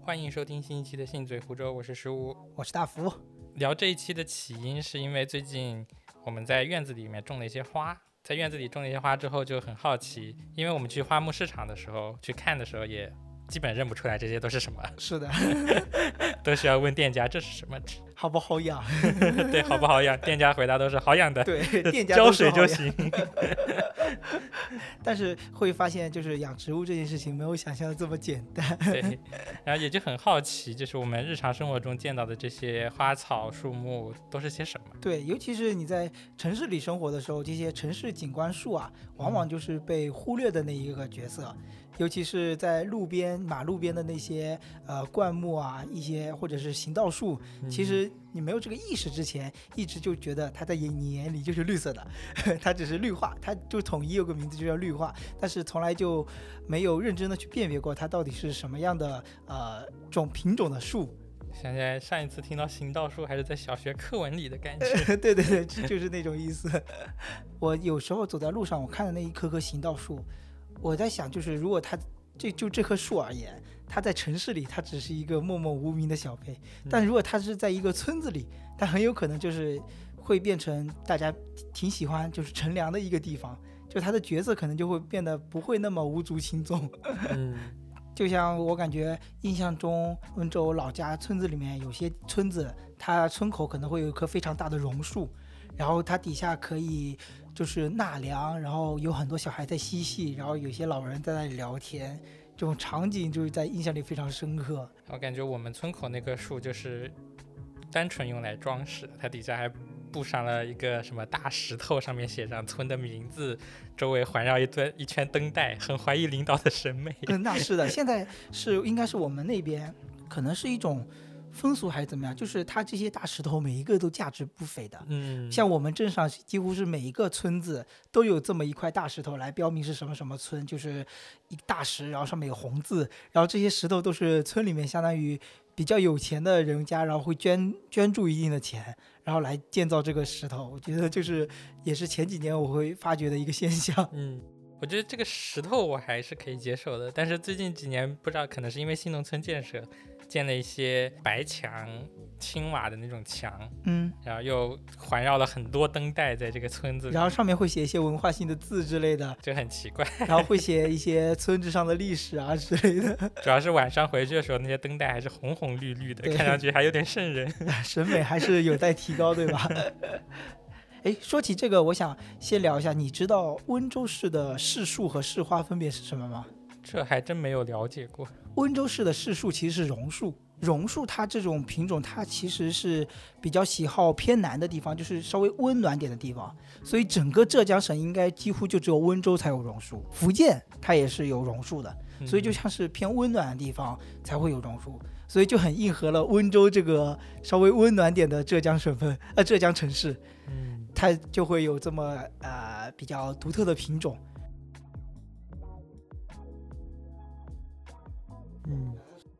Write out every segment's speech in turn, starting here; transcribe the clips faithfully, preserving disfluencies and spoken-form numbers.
欢迎收听新一期的信嘴湖州，我是十五， 我是大福。 聊这一期的起因是因为最近我们在院子里面种了一些花，在院子里种了一些花之后就很好奇，因为我们去花木市场的时候去看的时候也基本认不出来这些都是什么， 是的都需要问店家这是什么， 好不好养对，好不好养，店家回答都是好养的， 对，店家浇水就行但是会发现就是养植物这件事情没有想象的这么简单对，然后也就很好奇，就是我们日常生活中见到的这些花草树木都是些什么。 对，尤其是你在城市里生活的时候，这些城市景观树啊往往就是被忽略的那一个角色，尤其是在路边马路边的那些呃灌木啊，一些或者是行道树，其实你没有这个意识之前一直就觉得它在你眼里就是绿色的它只是绿化，它就统一有个名字就叫绿化，但是从来就没有认真的去辨别过它到底是什么样的呃种品种的树。 想起来上一次听到行道树还是在小学课文里的感觉对对对，就是那种意思我有时候走在路上，我看到那一棵棵行道树，我在想就是如果它这就这棵树而言，它在城市里它只是一个默默无名的小辈，但如果它是在一个村子里，它很有可能就是会变成大家挺喜欢就是乘凉的一个地方，就它的角色可能就会变得不会那么无足轻重嗯， 就像我感觉印象中温州老家村子里面有些村子，它村口可能会有一棵非常大的榕树，然后它底下可以就是纳凉，然后有很多小孩在嬉戏，然后有些老人在那里聊天，这种场景就是在印象里非常深刻。 我感觉我们村口那棵树就是单纯用来装饰，它底下还布上了一个什么大石头，上面写上村的名字，周围环绕一堆一圈灯带，很怀疑领导的审美。 嗯，那是的，现在是应该是我们那边可能是一种风俗还是怎么样，就是它这些大石头每一个都价值不菲的。 嗯， 像我们镇上几乎是每一个村子都有这么一块大石头来标明是什么什么村，就是一大石，然后上面有红字，然后这些石头都是村里面相当于比较有钱的人家，然后会捐捐助一定的钱，然后来建造这个石头。我觉得就是也是前几年我会发觉的一个现象。 嗯，我觉得这个石头我还是可以接受的，但是最近几年不知道可能是因为新农村建设建了一些白墙青瓦的那种墙， 嗯， 然后又环绕了很多灯带在这个村子里， 然后上面会写一些文化性的字之类的， 就很奇怪。 然后会写一些村子上的历史啊之类的。 主要是晚上回去的时候，那些灯带还是红红绿绿的，看上去还有点瘆人。 审美还是有待提高，对吧？哎，说起这个，我想先聊一下，你知道温州市的市树和市花分别是什么吗？ 这还真没有了解过。 温州市的市树其实是榕树，榕树它这种品种，它其实是比较喜好偏南的地方，就是稍微温暖点的地方，所以整个浙江省应该几乎就只有温州才有榕树，福建它也是有榕树的，所以就像是偏温暖的地方才会有榕树，所以就很应和了温州这个稍微温暖点的浙江省份，呃，浙江城市， 嗯， 它就会有这么呃比较独特的品种。 嗯，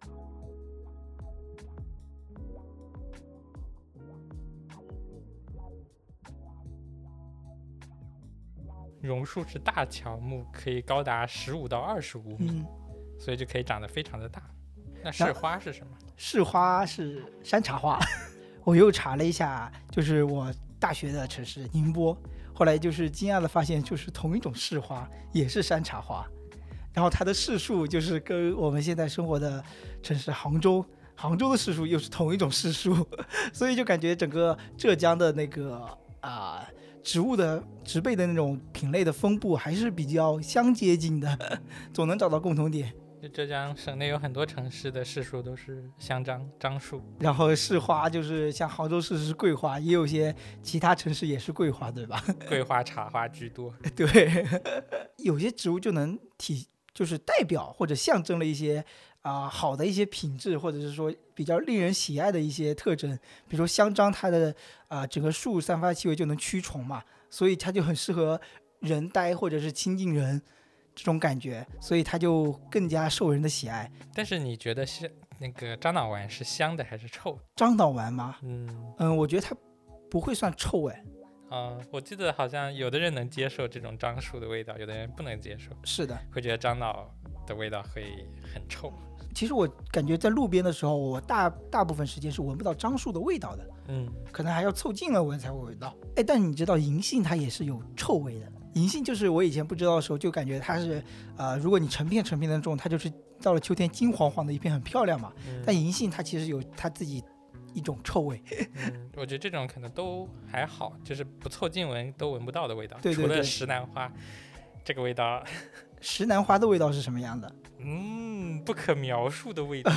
榕树是大乔木，可以高达十五到二十五米， 嗯， 所以就可以长得非常的大。那市花是什么？ 市花是山茶花，我又查了一下，就是我大学的城市宁波，后来就是惊讶的发现，就是同一种市花，也是山茶花。然后它的市树就是跟我们现在生活的城市杭州，杭州的市树又是同一种市树，所以就感觉整个浙江的那个啊、呃、植物的植被的那种品类的分布还是比较相接近的，总能找到共同点。 就浙江省内有很多城市的市树都是香樟樟树， 然后市花就是像杭州市是桂花，也有些其他城市也是桂花，对吧？ 桂花、茶花居多。 对，有些植物就能体就是代表或者象征了一些啊、呃、好的一些品质，或者是说比较令人喜爱的一些特征。比如说香樟，它的啊、呃、整个树散发气味就能驱虫嘛，所以它就很适合人待或者是亲近人这种感觉，所以它就更加受人的喜爱。 但是你觉得是那个樟脑丸是香的还是臭的？ 樟脑丸吗？ 嗯嗯，我觉得它不会算臭哎。 啊、我记得好像有的人能接受这种樟树的味道，有的人不能接受， 是的， 会觉得樟脑的味道会很臭。 其实我感觉在路边的时候，我大大部分时间是闻不到樟树的味道的， 嗯， 可能还要凑近了闻才会闻到。哎，但你知道银杏它也是有臭味的。银杏就是我以前不知道的时候，就感觉它是，呃，如果你成片成片的种，它就是到了秋天金黄黄的一片，很漂亮嘛。 嗯、 但银杏它其实有它自己一种臭味。 嗯，我觉得这种可能都还好，就是不凑近闻都闻不到的味道。 对对对， 除了石楠花，这个味道。 石楠花的味道是什么样的？ 嗯，不可描述的味道。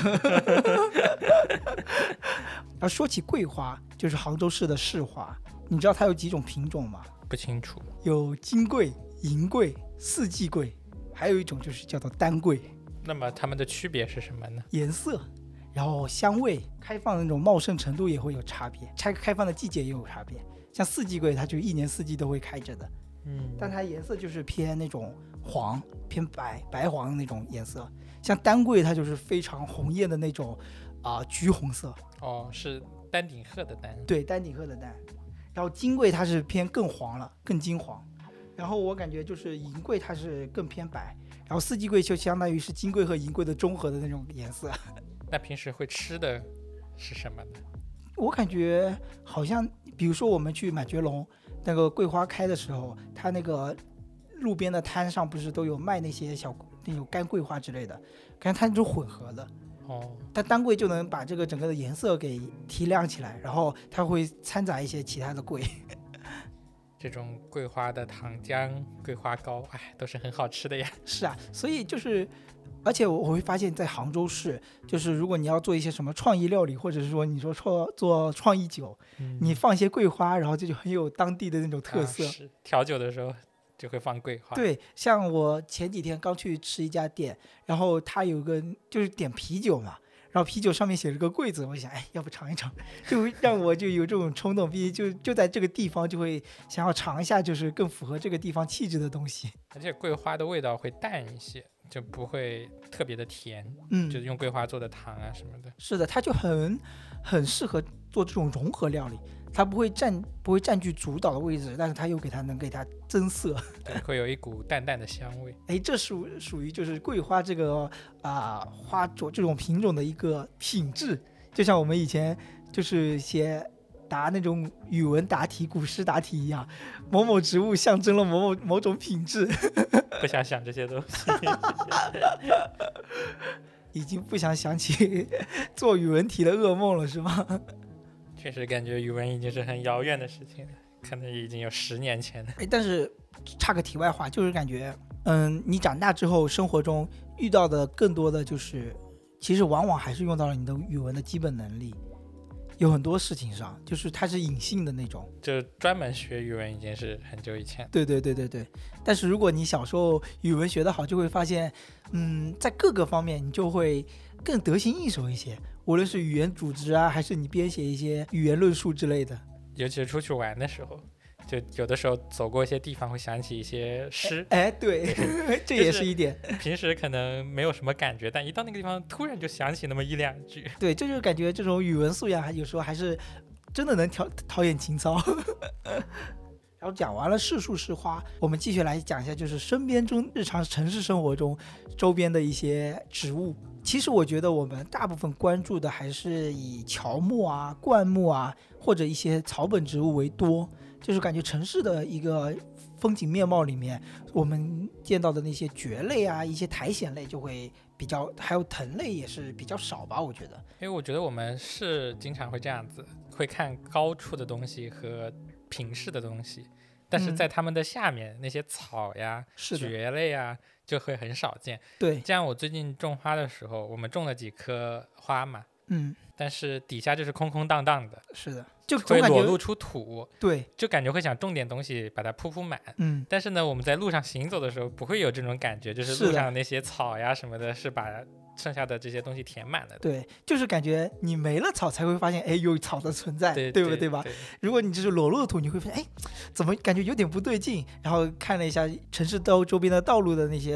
然后说起桂花，就是杭州市的市花，你知道它有几种品种吗？ 不清楚。 有金桂、银桂、四季桂，还有一种就是叫做丹桂。 那么它们的区别是什么呢？ 颜色，然后香味，开放的那种茂盛程度也会有差别，开开放的季节也有差别。像四季桂，它就一年四季都会开着的， 嗯， 但它颜色就是偏那种黄、偏白、白黄的那种颜色。像丹桂，它就是非常红艳的那种啊、呃、橘红色。 哦，是丹顶鹤的丹。 对，丹顶鹤的丹。然后金桂它是偏更黄了，更金黄。然后我感觉就是银桂它是更偏白，然后四季桂就相当于是金桂和银桂的中和的那种颜色。 那平时会吃的是什么呢？ 我感觉好像，比如说我们去满觉龙那个桂花开的时候，它那个路边的摊上不是都有卖那些小那种干桂花之类的，感觉它那种混合的。 哦， 但丹桂就能把这个整个的颜色给提亮起来，然后它会掺杂一些其他的桂。 这种桂花的糖浆、桂花糕，哎，都是很好吃的呀。 是啊，所以就是，而且我我会发现，在杭州市，就是如果你要做一些什么创意料理，或者是说你说创做创意酒， 嗯、 你放一些桂花，然后这就很有当地的那种特色。 啊、是调酒的时候就会放桂花。 对，像我前几天刚去吃一家店，然后他有个就是点啤酒嘛。然后啤酒上面写了个桂字，我想，哎，要不尝一尝，就让我就有这种冲动，毕竟就就在这个地方，就会想要尝一下，就是更符合这个地方气质的东西。 而且桂花的味道会淡一些，就不会特别的甜， 嗯， 就是用桂花做的糖啊什么的。 是的，它就很很适合做这种融合料理，它不会占不会占据主导的位置，但是它又给它能给它增色， 对，会有一股淡淡的香味。 哎，这属属于就是桂花这个啊、呃、花种这种品种的一个品质，就像我们以前就是写答那种语文答题、古诗答题一样，某某植物象征了某某某种品质。 不想想这些东西。 已经不想想起做语文题的噩梦了，是吗？ 确实感觉语文已经是很遥远的事情了，可能已经有十年前了。 哎，但是插个题外话，就是感觉，嗯，你长大之后生活中遇到的更多的就是，其实往往还是用到了你的语文的基本能力。有很多事情上，就是它是隐性的那种， 就专门学语文已经是很久以前。 对对对对对。但是如果你小时候语文学得好，就会发现，嗯，在各个方面你就会更得心应手一些，无论是语言组织啊，还是你编写一些语言论述之类的。 尤其是出去玩的时候，就有的时候走过一些地方会想起一些诗。 哎，哎对，这也是一点。 平时可能没有什么感觉，但一到那个地方，突然就想起那么一两句。 对，这就是感觉这种语文素养，有时候还是真的能陶陶冶情操。然后讲完了市树市花，我们继续来讲一下，就是身边中日常城市生活中周边的一些植物。其实我觉得我们大部分关注的还是以乔木啊、灌木啊，或者一些草本植物为多。就是感觉城市的一个风景面貌里面，我们见到的那些蕨类啊、一些苔藓类就会比较，还有藤类也是比较少吧，我觉得。 因为我觉得我们是经常会这样子，会看高处的东西和平视的东西，但是在它们的下面、嗯、那些草呀、蕨类呀就会很少见。 对， 这样我最近种花的时候，我们种了几棵花嘛， 嗯， 但是底下就是空空荡荡的。 是的，就会裸露出土。 对， 就感觉会想种点东西把它铺铺满。 嗯， 但是呢，我们在路上行走的时候不会有这种感觉，就是路上那些草呀什么的，是把剩下的这些东西填满了的。 对，就是感觉你没了草才会发现，哎，有草的存在， 对对不对吧？ 对， 如果你只是裸露的土，你会发现，哎，怎么感觉有点不对劲？然后看了一下城市道周边的道路的那些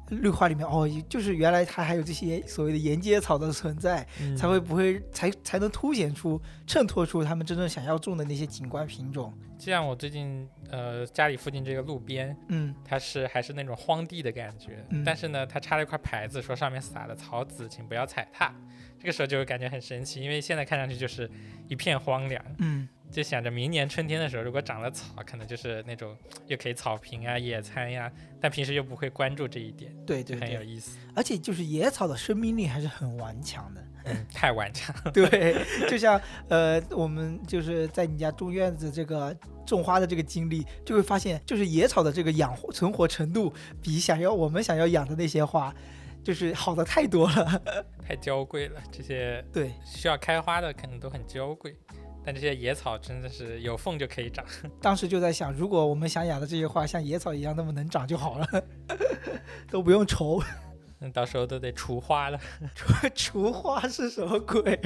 绿化里面哦，就是原来它还有这些所谓的沿街草的存在， 嗯、 才会不会才才能凸显出衬托出他们真正想要种的那些景观品种。 就像我最近呃家里附近这个路边， 嗯， 它是还是那种荒地的感觉， 嗯、 但是呢，它插了一块牌子，说上面撒了草籽，请不要踩踏。这个时候就会感觉很神奇，因为现在看上去就是一片荒凉。 嗯， 就想着明年春天的时候，如果长了草，可能就是那种又可以草坪啊、野餐呀，但平时又不会关注这一点， 对对对， 很有意思。 而且就是野草的生命力还是很顽强的。 嗯，太顽强。 对，就像呃，我们就是在你家种院子这个种花的这个经历，就会发现，就是野草的这个养活存活程度，比想要我们想要养的那些花，就是好的太多了， 太娇贵了。这些对需要开花的可能都很娇贵，但这些野草真的是有缝就可以长。 当时就在想，如果我们想养的这些花像野草一样那么能长就好了，都不用愁。 那到时候都得除花了。 除花是什么鬼？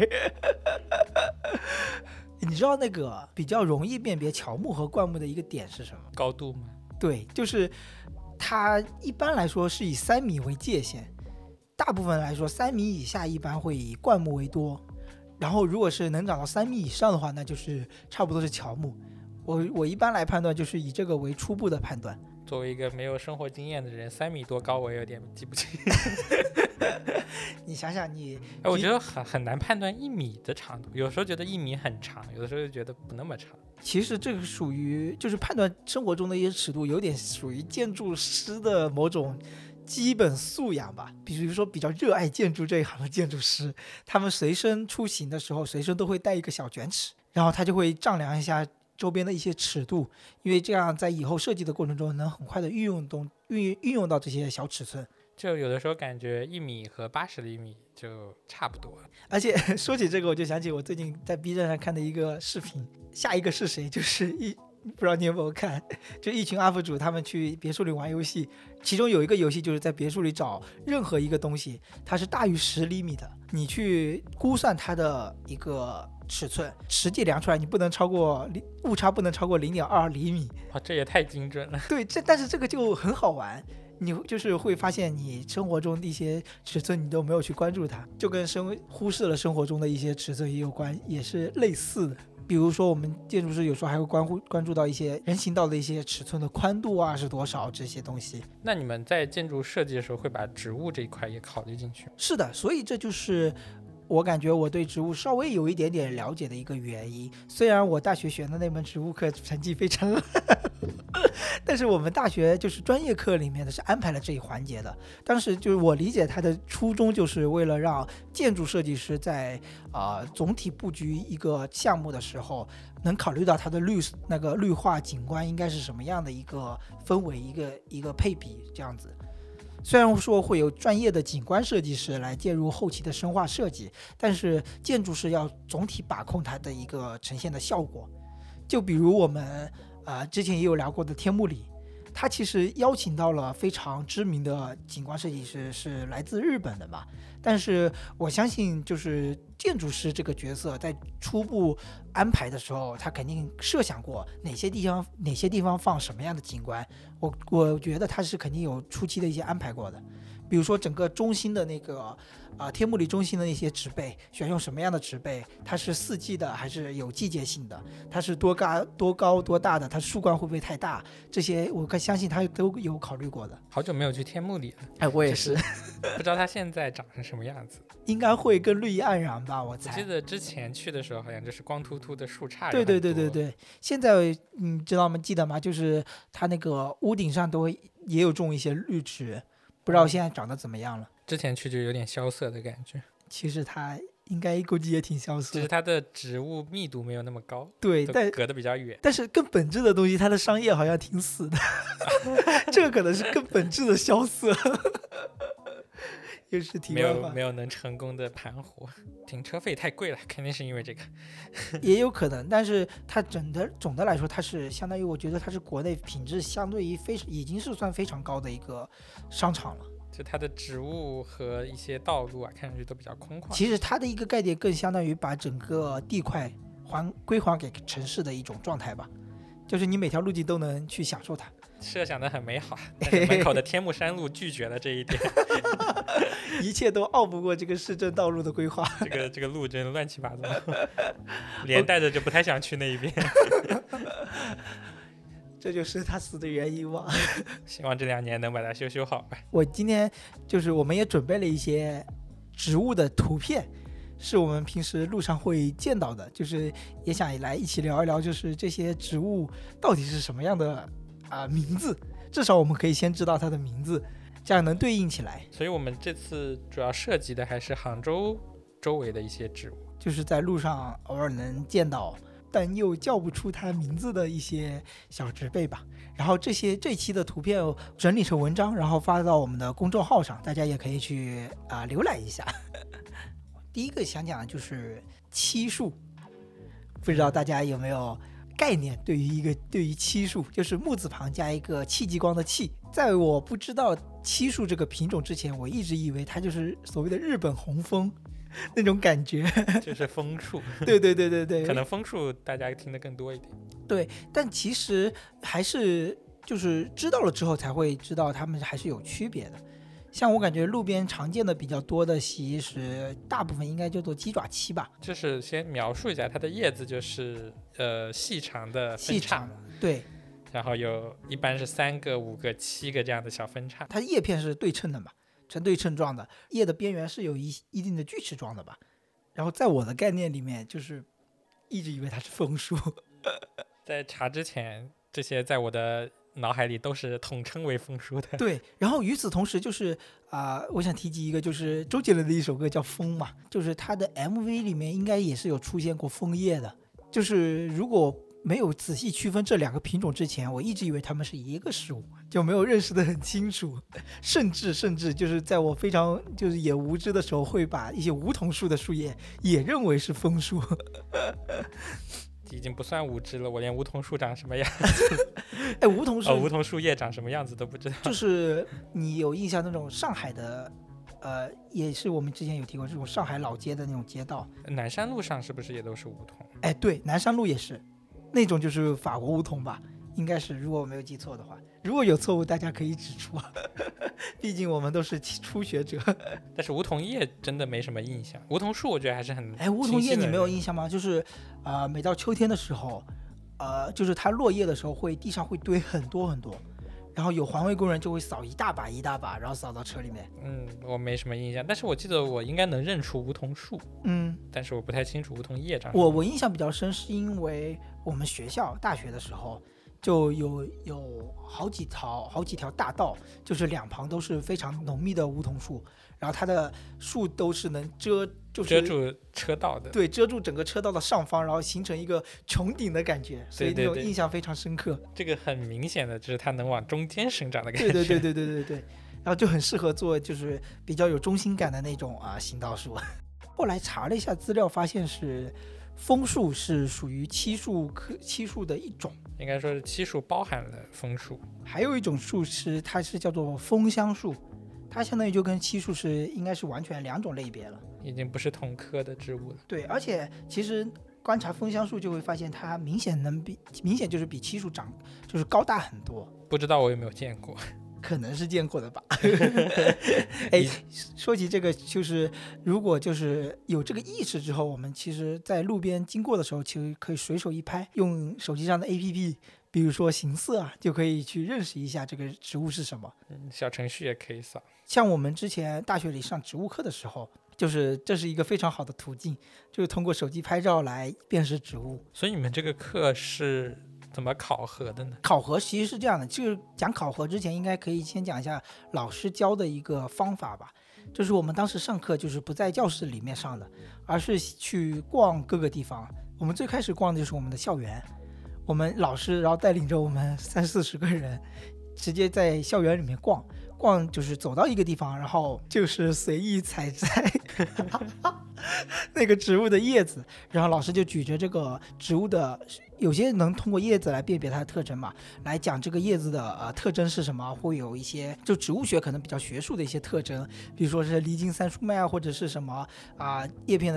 你知道那个比较容易辨别乔木和灌木的一个点是什么？ 高度吗？ 对，就是它一般来说是以三米为界限，大部分来说三米以下一般会以灌木为多，然后如果是能长到三米以上的话，那就是差不多是乔木。我我一般来判断就是以这个为初步的判断。 作为一个没有生活经验的人，三米多高我有点记不清。 你想想你， 哎，我觉得很很难判断一米的长度，有时候觉得一米很长，有的时候又觉得不那么长。 其实这个属于就是判断生活中的一些尺度，有点属于建筑师的某种基本素养吧。比如说比较热爱建筑这一行的建筑师，他们随身出行的时候，随身都会带一个小卷尺，然后他就会丈量一下周边的一些尺度，因为这样在以后设计的过程中能很快的运用动运运用到这些小尺寸。 就有的时候感觉一米和八十厘米就差不多。 而且说起这个，我就想起我最近在 B 站上看的一个视频，下一个是谁？就是一不知道你有没有看，就一群 U P 主他们去别墅里玩游戏，其中有一个游戏就是在别墅里找任何一个东西，它是大于十厘米的，你去估算它的一个尺寸，实际量出来你不能超过误差不能超过零点二厘米。 哇，这也太精准了。 对，这但是这个就很好玩。你就是会发现你生活中的一些尺寸你都没有去关注它，就跟生忽视了生活中的一些尺寸也有关，也是类似的。比如说我们建筑师有时候还会关乎关注到一些人行道的一些尺寸的宽度啊是多少这些东西。 那你们在建筑设计的时候会把植物这一块也考虑进去？ 是的，所以这就是我感觉我对植物稍微有一点点了解的一个原因。虽然我大学选的那门植物课成绩非常烂，但是我们大学就是专业课里面的是安排了这一环节的。当时就是我理解它的初衷，就是为了让建筑设计师在呃总体布局一个项目的时候，能考虑到它的绿那个绿化景观应该是什么样的一个氛围，一个一个配比这样子。虽然说会有专业的景观设计师来介入后期的深化设计，但是建筑师要总体把控它的一个呈现的效果。就比如我们呃之前也有聊过的天目里，他其实邀请到了非常知名的景观设计师，是来自日本的嘛。但是我相信就是建筑师这个角色在初步安排的时候，他肯定设想过哪些地方哪些地方放什么样的景观，我我觉得他是肯定有初期的一些安排过的。比如说整个中心的那个啊、呃、天目里中心的那些植被选用什么样的植被，它是四季的还是有季节性的，它是多高多高多大的，它树冠会不会太大，这些我相信他都有考虑过的。 好久没有去天目里了， 哎，我也是， 不知道它现在长成什么样子。 应该会更绿意盎然吧，我猜。 我记得之前去的时候好像就是光秃秃的树杈。 对对对对对，现在你知道吗？记得吗？就是它那个屋顶上都会也有种一些绿植，不知道现在长得怎么样了。 之前去就有点萧瑟的感觉。 其实它应该估计也挺萧瑟， 只是它的植物密度没有那么高， 对，但隔得比较远。 但是更本质的东西，它的商业好像挺死的，这个可能是更本质的萧瑟。又是题外话， 没有没有能成功的盘活，停车费太贵了，肯定是因为这个。 也有可能，但是它整的总的来说，它是相当于我觉得它是国内品质相对于非已经是算非常高的一个商场了。 就它的植物和一些道路啊，看上去都比较空旷。 其实它的一个概念更相当于把整个地块还归还给城市的一种状态吧，就是你每条路径都能去享受它。 设想的很美好，但是门口的天目山路拒绝了这一点。 一切都拗不过这个市政道路的规划。 这个这个路真乱七八糟，连带着就不太想去那一边。 这就是他死的原因吧。 希望这两年能把它修修好吧。 我今天就是我们也准备了一些植物的图片，是我们平时路上会见到的，就是也想来一起聊一聊，就是这些植物到底是什么样的啊、呃、名字，至少我们可以先知道它的名字，这样能对应起来。 所以我们这次主要涉及的还是杭州周围的一些植物， 就是在路上偶尔能见到但又叫不出它名字的一些小植被吧。然后这些这期的图片整理成文章，然后发到我们的公众号上，大家也可以去啊、呃、浏览一下。第一个想讲的就是漆树，不知道大家有没有概念？对于一个对于漆树，就是木字旁加一个戚继光的戚。在我不知道漆树这个品种之前，我一直以为它就是所谓的日本红枫。那种感觉就是枫树。 对对对对对， 可能枫树大家听得更多一点。 对，但其实还是就是知道了之后才会知道它们还是有区别的。像我感觉路边常见的比较多的其实大部分应该叫做鸡爪漆吧。 就是先描述一下，它的叶子就是呃细长的分叉， 细长的，对， 然后有一般是三个、五个、七个这样的小分叉。 它叶片是对称的嘛，呈对称状的，叶的边缘是有一一定的锯齿状的吧。然后在我的概念里面，就是一直以为它是枫树。 在查之前，这些在我的脑海里都是统称为枫树的。 对，然后与此同时，就是啊、呃，我想提及一个，就是周杰伦的一首歌叫《枫》嘛，就是他的 M V 里面应该也是有出现过枫叶的。就是如果没有仔细区分这两个品种之前，我一直以为它们是一个树，就没有认识得很清楚，甚至甚至就是在我非常就是也无知的时候，会把一些梧桐树的树叶也认为是枫树。 已经不算无知了，我连梧桐树长什么样子， 哎，梧桐树、 哦，梧桐树叶长什么样子都不知道。 就是你有印象那种上海的，呃，也是我们之前有提过这种上海老街的那种街道， 南山路上是不是也都是梧桐？ 哎，对，南山路也是，那种就是法国梧桐吧，应该是，如果我没有记错的话，如果有错误，大家可以指出，毕竟我们都是初学者。 但是梧桐叶真的没什么印象，梧桐树我觉得还是很…… 哎，梧桐叶你没有印象吗？就是，呃，每到秋天的时候，呃，就是它落叶的时候会地上会堆很多很多，然后有环卫工人就会扫一大把一大把，然后扫到车里面。 嗯，我没什么印象，但是我记得我应该能认出梧桐树， 嗯， 但是我不太清楚梧桐叶长什么。 我我印象比较深，是因为我们学校大学的时候。就有有好几条好几条大道，就是两旁都是非常浓密的梧桐树，然后它的树都是能遮，就是遮住车道的， 对，遮住整个车道的上方，然后形成一个穹顶的感觉，所以那种印象非常深刻。对对对， 这个很明显的就是它能往中间生长的感觉。 对对对对对对对，然后就很适合做就是比较有中心感的那种啊行道树。后来查了一下资料，发现是枫树是属于漆树科漆树的一种。 应该说是漆树包含了枫树， 还有一种树是它是叫做枫香树，它相当于就跟漆树是应该是完全两种类别了， 已经不是同科的植物了。 对，而且其实观察枫香树就会发现它明显能比明显就是比漆树长就是高大很多。 不知道我有没有见过， 可能是见过的吧。哎，说起这个，就是如果就是有这个意识之后，我们其实在路边经过的时候，其实可以随手一拍，用手机上的 A P P， 比如说行色啊，就可以去认识一下这个植物是什么。 嗯，小程序也可以扫。 像我们之前大学里上植物课的时候，就是这是一个非常好的途径，就是通过手机拍照来辨识植物。 所以你们这个课是怎么考核的呢？ 考核其实是这样的，就是讲考核之前，应该可以先讲一下老师教的一个方法吧。就是我们当时上课就是不在教室里面上的，而是去逛各个地方。我们最开始逛的就是我们的校园，我们老师然后带领着我们三四十个人，直接在校园里面逛。逛就是走到一个地方，然后就是随意采摘那个植物的叶子，然后老师就举着这个植物的，有些能通过叶子来辨别它的特征嘛，来讲这个叶子的呃特征是什么，会有一些就植物学可能比较学术的一些特征，比如说是离经三疏脉啊，或者是什么啊、呃、叶片的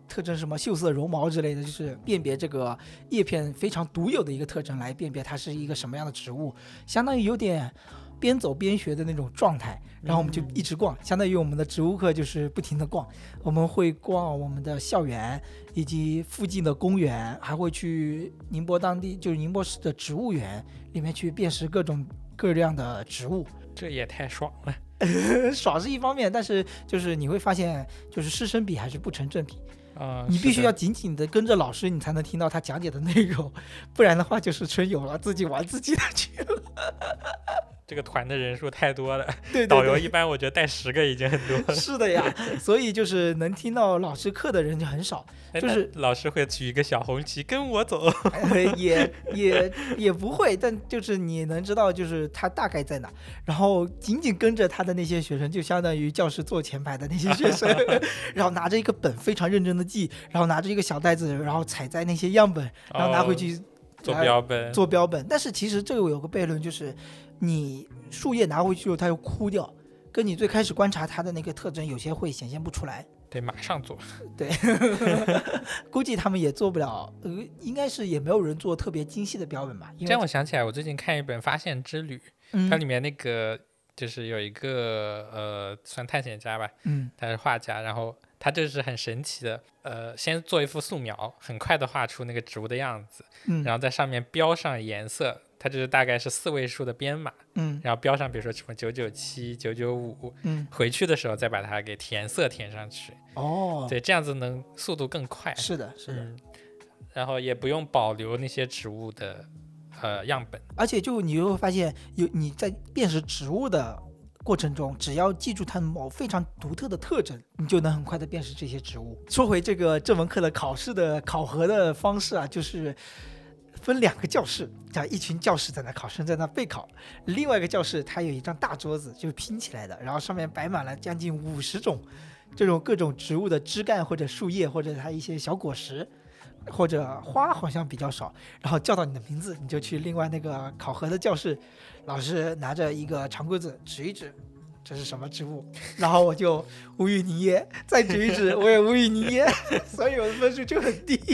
特征什么锈色绒毛之类的，就是辨别这个叶片非常独有的一个特征来辨别它是一个什么样的植物，相当于有点边走边学的那种状态。然后我们就一直逛，相当于我们的植物课就是不停的逛，我们会逛我们的校园以及附近的公园，还会去宁波当地就是宁波市的植物园里面去辨识各种各样的植物。 这也太爽了。 爽是一方面，但是就是你会发现就是师生比还是不成正比。 嗯， 你必须要紧紧的跟着老师，你才能听到他讲解的内容，不然的话就是春游了，自己玩自己的去了。 这个团的人数太多了， 对对对， 导游一般我觉得带十个已经很多了。 是的呀，所以就是能听到老师课的人就很少，就是老师会举一个小红旗跟我走。 也也也不会，但就是你能知道就是他大概在哪，然后紧紧跟着他的那些学生，就相当于教室坐前排的那些学生，然后拿着一个本非常认真的记，然后拿着一个小袋子，然后采摘那些样本，然后拿回去、 哦、做标本， 做标本。但是其实这个有个悖论，就是你树叶拿回去之后它又枯掉，跟你最开始观察它的那个特征有些会显现不出来。 对，马上做。 对，估计他们也做不了，呃，应该是也没有人做特别精细的标本吧。 这样我想起来，我最近看一本《发现之旅》， 嗯、 它里面那个就是有一个呃，算探险家吧， 嗯， 他是画家，然后他就是很神奇的，呃，先做一幅素描，很快的画出那个植物的样子， 嗯， 然后在上面标上颜色。它就是大概是四位数的编码， 嗯， 然后标上比如说什么九九七、九九五， 嗯， 回去的时候再把它给填色填上去。 哦， 对，这样子能速度更快。 是的，是的、嗯。 然后也不用保留那些植物的呃样本， 而且就你会发现，有你在辨识植物的过程中，只要记住它某非常独特的特征，你就能很快的辨识这些植物。说回这个这门课的考试的考核的方式啊，就是分两个教室，这一群教室在那考生在那备考，另外一个教室它有一张大桌子，就是拼起来的，然后上面摆满了将近五十种这种各种植物的枝干或者树叶或者它一些小果实，或者花好像比较少，然后叫到你的名字，你就去另外那个考核的教室，老师拿着一个长棍子指一指，这是什么植物，然后我就无语凝噎，再指一指我也无语凝噎，所以我的分数就很低。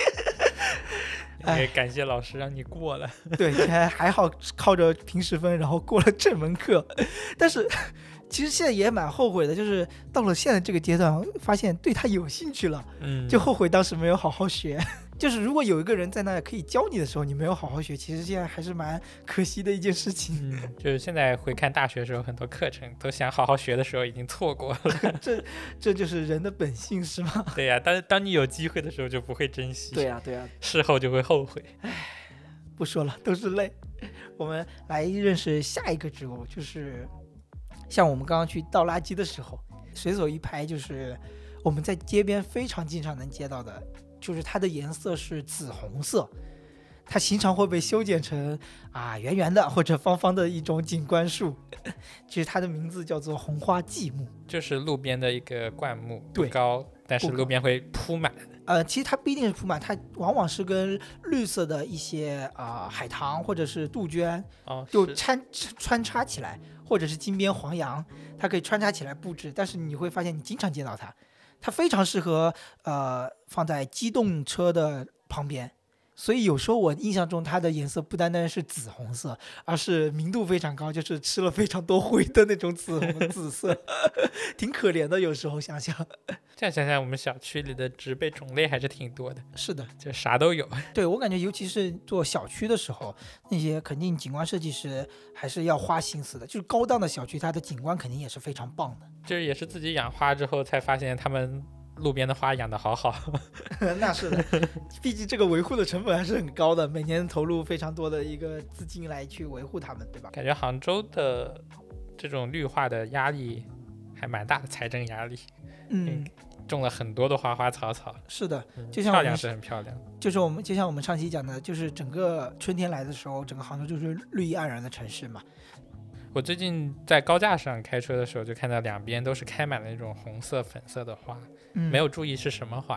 也感谢老师让你过了。 对，还好靠着平时分然后过了这门课。但是其实现在也蛮后悔的，就是到了现在这个阶段发现对他有兴趣了， 嗯， 就后悔当时没有好好学。就是如果有一个人在那可以教你的时候你没有好好学，其实现在还是蛮可惜的一件事情。 嗯，就是现在回看大学的时候很多课程都想好好学的时候已经错过了。 这这就是人的本性是吗？ 对呀、啊，当当你有机会的时候就不会珍惜。 对呀、啊、对呀、啊， 事后就会后悔。 唉，不说了，都是泪。我们来认识下一个植物，就是像我们刚刚去倒垃圾的时候，随手一拍就是我们在街边非常经常能接到的，就是它的颜色是紫红色，它经常会被修剪成啊圆圆的或者方方的一种景观树。其实它的名字叫做红花季木， 就是路边的一个灌木，不对， 高，但是路边会铺满。 呃，其实它不一定是铺满，它往往是跟绿色的一些啊、呃、海棠或者是杜鹃， 哦， 就穿穿插起来，或者是金边黄杨，它可以穿插起来布置。但是你会发现，你经常见到它，它非常适合呃放在机动车的旁边。所以有时候我印象中它的颜色不单单是紫红色，而是明度非常高，就是吃了非常多灰的那种紫红紫色，挺可怜的。有时候想想， 这样想想，我们小区里的植被种类还是挺多的。 是的， 就啥都有。 对，我感觉尤其是做小区的时候，那些肯定景观设计师还是要花心思的。就是高档的小区，它的景观肯定也是非常棒的。 就是也是自己养花之后才发现他们路边的花养得好好。 那是的，毕竟这个维护的成本还是很高的，每年投入非常多的一个资金来去维护它们，对吧？ 感觉杭州的这种绿化的压力还蛮大的，财政压力。 嗯， 种了很多的花花草草。 是的，就像漂亮是很漂亮。 就是我们就像我们上期讲的，就是整个春天来的时候，整个杭州就是绿意盎然的城市嘛。 我最近在高架上开车的时候，就看到两边都是开满了那种红色、粉色的花， 嗯、 没有注意是什么花，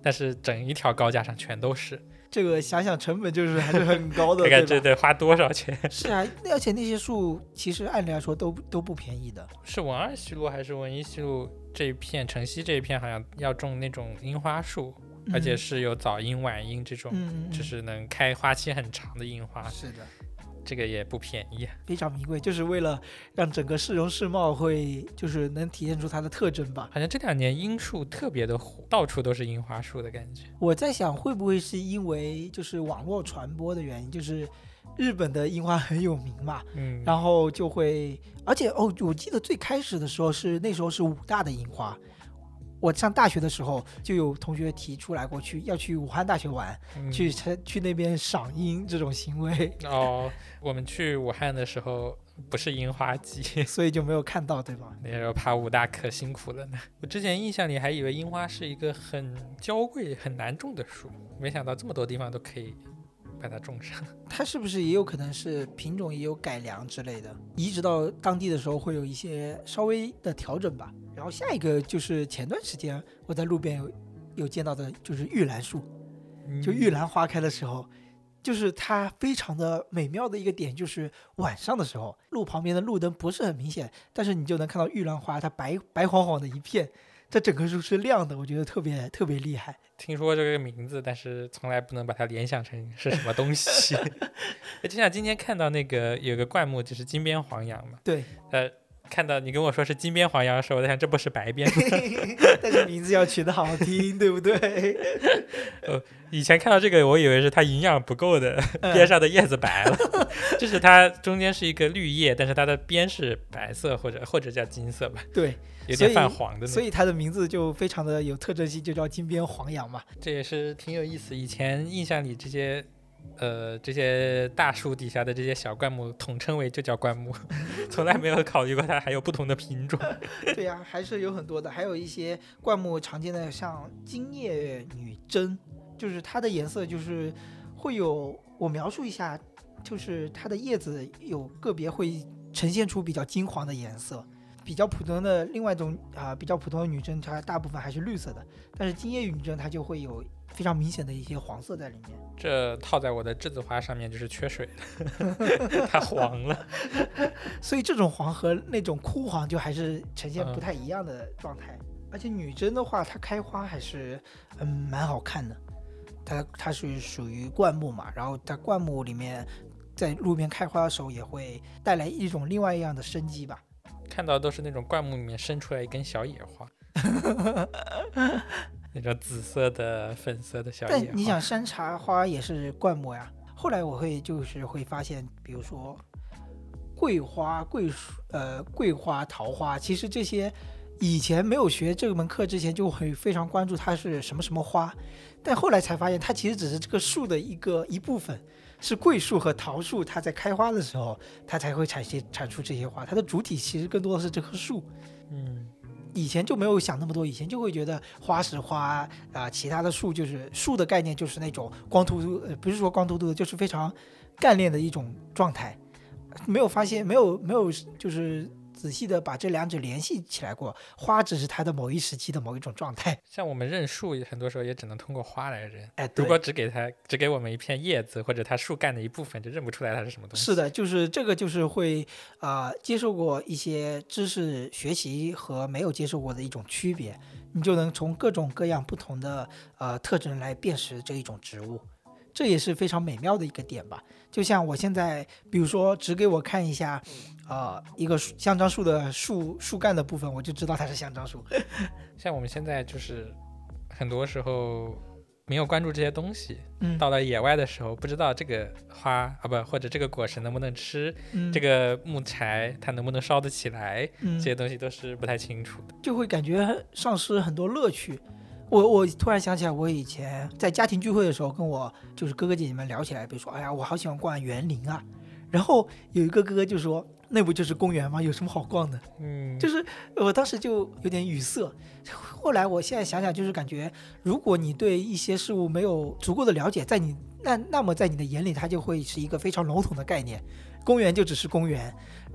但是整一条高架上全都是。 这个想想成本就是还是很高的， 看看对吧？ 这得花多少钱？ 是啊，而且那些树其实按理来说都都不便宜的。 是文二西路还是文一西路这一片，城西这一片好像要种那种樱花树， 嗯、 而且是有早樱晚樱这种， 嗯、 就是能开花期很长的樱花。 是的。 这个也不便宜， 非常名贵，就是为了让整个市容市貌会就是能体现出它的特征吧。 好像这两年樱树特别的火，到处都是樱花树的感觉。 我在想会不会是因为就是网络传播的原因，就是日本的樱花很有名嘛， 嗯， 然后就会，而且哦，我记得最开始的时候是那时候是武大的樱花。我上大学的时候就有同学提出来过去要去武汉大学玩， 嗯、 去去那边赏樱这种行为。 哦，我们去武汉的时候不是樱花季， 所以就没有看到，对吧？ 那时候爬武大可辛苦了呢。我之前印象里还以为樱花是一个很娇贵很难种的树，没想到这么多地方都可以把它种上。 它是不是也有可能是品种也有改良之类的，移植到当地的时候会有一些稍微的调整吧。然后下一个就是前段时间我在路边有有见到的就是玉兰树，就玉兰花开的时候，就是它非常的美妙的一个点，就是晚上的时候路旁边的路灯不是很明显，但是你就能看到玉兰花它白白晃晃的一片，这整棵树是亮的，我觉得特别特别厉害。 听说这个名字，但是从来不能把它联想成是什么东西。就像今天看到那个有个灌木，就是金边黄杨嘛。 对， 呃，看到你跟我说是金边黄杨的时候，我在想这不是白边吗？ 但是名字要取得好听，对不对？ 呃，以前看到这个，我以为是它营养不够的，边上的叶子白了，嗯、就是它中间是一个绿叶，但是它的边是白色或者或者叫金色吧。 对。 有点泛黄的那种， 所以它的名字就非常的有特征性，就叫金边黄杨嘛。 这也是挺有意思。以前印象里这些，呃，这些大树底下的这些小灌木，统称为就叫灌木，从来没有考虑过它还有不同的品种。 对呀、啊，还是有很多的，还有一些灌木常见的，像金叶女贞，就是它的颜色就是会有，我描述一下，就是它的叶子有个别会呈现出比较金黄的颜色。比较普通的另外一种啊、呃，比较普通的女贞，它大部分还是绿色的，但是金叶女贞它就会有非常明显的一些黄色在里面。 这套在我的栀子花上面就是缺水了，它黄了。 所以这种黄和那种枯黄就还是呈现不太一样的状态。嗯、而且女贞的话，它开花还是嗯蛮好看的。它它是属于灌木嘛，然后在灌木里面，在路边开花的时候也会带来一种另外一样的生机吧。 看到都是那种灌木里面生出来一根小野花，那种紫色的、粉色的小野花。 但你想，山茶花也是灌木呀。后来我会就是会发现，比如说桂花、桂呃桂花、桃花，其实这些以前没有学这门课之前就会非常关注它是什么什么花，但后来才发现它其实只是这个树的一个一部分。是桂树和桃树，它在开花的时候，它才会产生产出这些花。它的主体其实更多的是这棵树。 嗯， 以前就没有想那么多，以前就会觉得花是花啊、呃，其他的树就是树的概念就是那种光秃秃，呃，不是说光秃秃的，就是非常干练的一种状态。没有发现，没有没有，就是仔细的把这两者联系起来过。花只是它的某一时期的某一种状态。 像我们认树，很多时候也只能通过花来认。 哎， 如果只给它只给我们一片叶子或者它树干的一部分，就认不出来它是什么东西。 是的，就是这个就是会啊、呃，接受过一些知识学习和没有接受过的一种区别，你就能从各种各样不同的呃特征来辨识这一种植物。这也是非常美妙的一个点吧。就像我现在，比如说只给我看一下，呃，一个香樟树的树树干的部分，我就知道它是香樟树。 像我们现在就是很多时候没有关注这些东西， 嗯， 到了野外的时候，不知道这个花啊不或者这个果实能不能吃， 嗯、 这个木柴它能不能烧得起来， 嗯、 这些东西都是不太清楚的， 就会感觉丧失很多乐趣。我我突然想起来，我以前在家庭聚会的时候，跟我就是哥哥姐姐们聊起来，比如说，哎呀，我好喜欢逛园林啊。然后有一个哥哥就说，那不就是公园吗？有什么好逛的？ 嗯， 就是我当时就有点语塞。后来我现在想想，就是感觉，如果你对一些事物没有足够的了解，在你那那么在你的眼里，它就会是一个非常笼统的概念。公园就只是公园，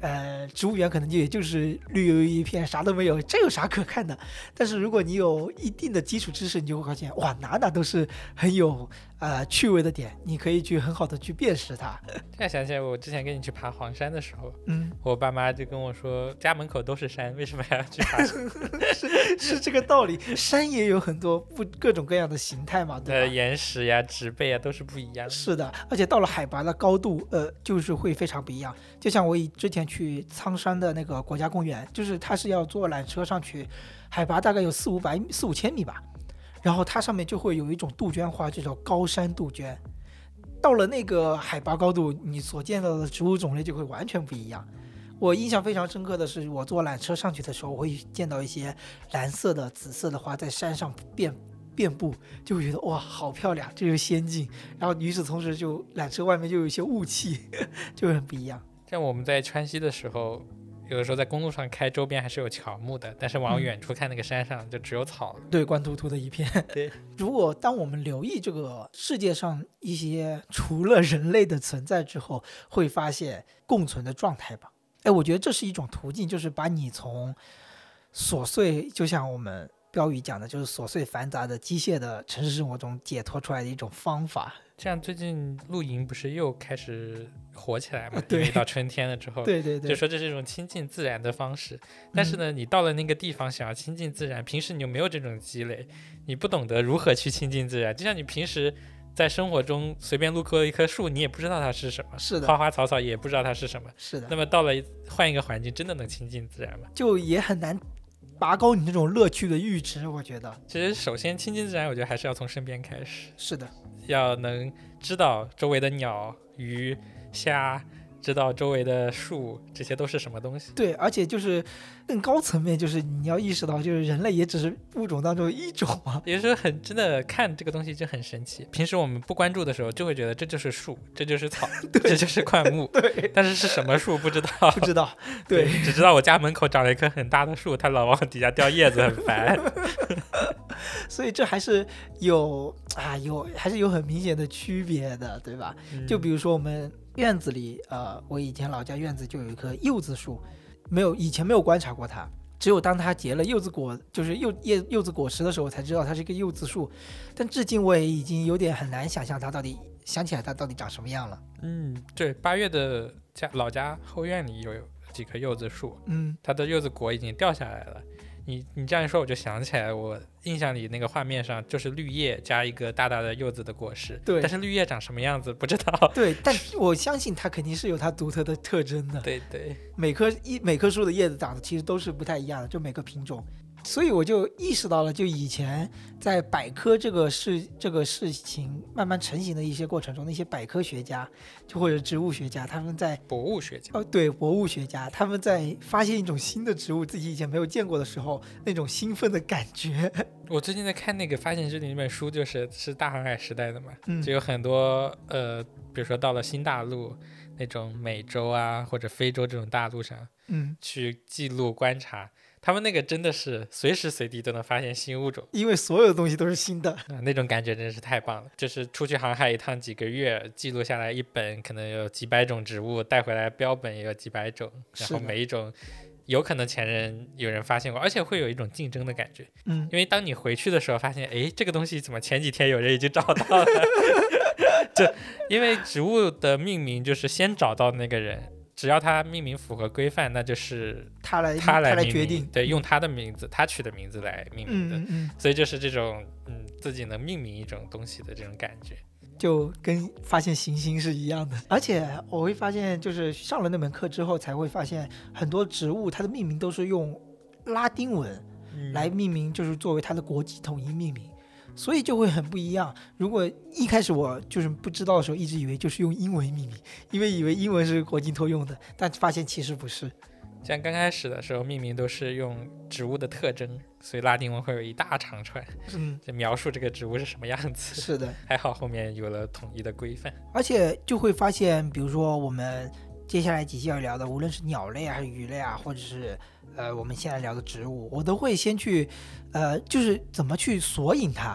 呃，植物园可能就也就是绿油油一片，啥都没有，这有啥可看的？但是如果你有一定的基础知识，你就会发现，哇，哪哪都是很有呃趣味的点，你可以去很好的去辨识它。 现在想起来，我之前跟你去爬黄山的时候， 嗯， 我爸妈就跟我说，家门口都是山，为什么还要去爬山？ 是是这个道理。山也有很多不各种各样的形态嘛，对吧？ 呃，岩石呀、植被呀都是不一样的。 是的，而且到了海拔的高度，呃，就是会非常不一样。就像我以之前去苍山的那个国家公园，就是它是要坐缆车上去，海拔大概有四五百四五千米吧，然后它上面就会有一种杜鹃花，这种高山杜鹃。到了那个海拔高度，你所见到的植物种类就会完全不一样。我印象非常深刻的是，我坐缆车上去的时候，我会见到一些蓝色的、紫色的花在山上遍遍布，就会觉得哇，好漂亮，这就是仙境。然后与此同时就，缆车外面就有一些雾气，就很不一样。 像我们在川西的时候，有的时候在公路上开，周边还是有乔木的，但是往远处看那个山上就只有草了。 嗯、对，光秃秃的一片。 对， 如果当我们留意这个世界上一些除了人类的存在之后，会发现共存的状态吧。哎，我觉得这是一种途径，就是把你从琐碎，就像我们标语讲的，就是琐碎繁杂的机械的城市生活中解脱出来的一种方法。 像最近露营不是又开始火起来嘛？ 啊、对， 因为到春天了之后， 对对对， 就说这是一种亲近自然的方式。但是呢，嗯、你到了那个地方想要亲近自然，平时你又没有这种积累，你不懂得如何去亲近自然。就像你平时在生活中随便路过一棵树，你也不知道它是什么， 是的， 花花草草也不知道它是什么， 是的。 那么到了换一个环境，真的能亲近自然吗？ 就也很难拔高你这种乐趣的阈值，我觉得。 其实首先亲近自然，我觉得还是要从身边开始。 是的， 要能知道周围的鸟、鱼、虾，知道周围的树，这些都是什么东西。 对，而且就是更高层面，就是你要意识到，就是人类也只是物种当中一种啊。 也就是很真的看这个东西就很神奇。平时我们不关注的时候，就会觉得这就是树，这就是草，这就是灌木。 对， 但是是什么树不知道， 不知道。对， 对，只知道我家门口长了一棵很大的树，它老往底下掉叶子，很烦。 所以这还是有啊，有还是有很明显的区别的，对吧？嗯、就比如说我们院子里，呃，我以前老家院子就有一棵柚子树，没有以前没有观察过它，只有当它结了柚子果，就是柚叶柚子果实的时候，才知道它是一个柚子树。但至今我也已经有点很难想象它到底想起来它到底长什么样了。 嗯，对，八月的家老家后院里有几棵柚子树， 嗯， 它的柚子果已经掉下来了。你你这样一说，我就想起来，我印象里那个画面上就是绿叶加一个大大的柚子的果实。 对， 但是绿叶长什么样子不知道。 对，但我相信它肯定是有它独特的特征的。 对对， 每棵一每棵树的叶子长得其实都是不太一样的，就每个品种。所以我就意识到了，就以前在百科这个事这个事情慢慢成型的一些过程中，那些百科学家就或者植物学家，他们在博物学家哦，对，博物学家他们在发现一种新的植物自己以前没有见过的时候，那种兴奋的感觉。 我最近在看那个《发现之地》那本书，就是是大航海时代的嘛， 嗯、 就有很多呃，比如说到了新大陆那种美洲啊或者非洲这种大陆上， 嗯， 去记录观察。他们那个真的是随时随地都能发现新物种， 因为所有的东西都是新的、 啊、那种感觉真是太棒了。就是出去航海一趟几个月，记录下来一本可能有几百种植物，带回来标本也有几百种，然后每一种有可能前人有人发现过，而且会有一种竞争的感觉。 嗯， 因为当你回去的时候发现，哎，这个东西怎么前几天有人已经找到了？就因为植物的命名就是先找到那个人。只要他命名符合规范，那就是他来他来他来决定， 对，用他的名字，他取的名字来命名的， 嗯嗯、 所以就是这种嗯自己能命名一种东西的这种感觉， 就跟发现行星是一样的。而且我会发现，就是上了那门课之后，才会发现很多植物它的命名都是用拉丁文来命名，就是作为它的国际统一命名。所以就会很不一样。如果一开始我就是不知道的时候，一直以为就是用英文命名，因为以为英文是国际通用的，但发现其实不是。 像刚开始的时候，命名都是用植物的特征，所以拉丁文会有一大长串， 嗯， 就描述这个植物是什么样子。 是的， 还好后面有了统一的规范。 而且就会发现，比如说我们接下来几期要聊的，无论是鸟类还是鱼类啊，或者是呃我们现在聊的植物，我都会先去呃就是怎么去索引它，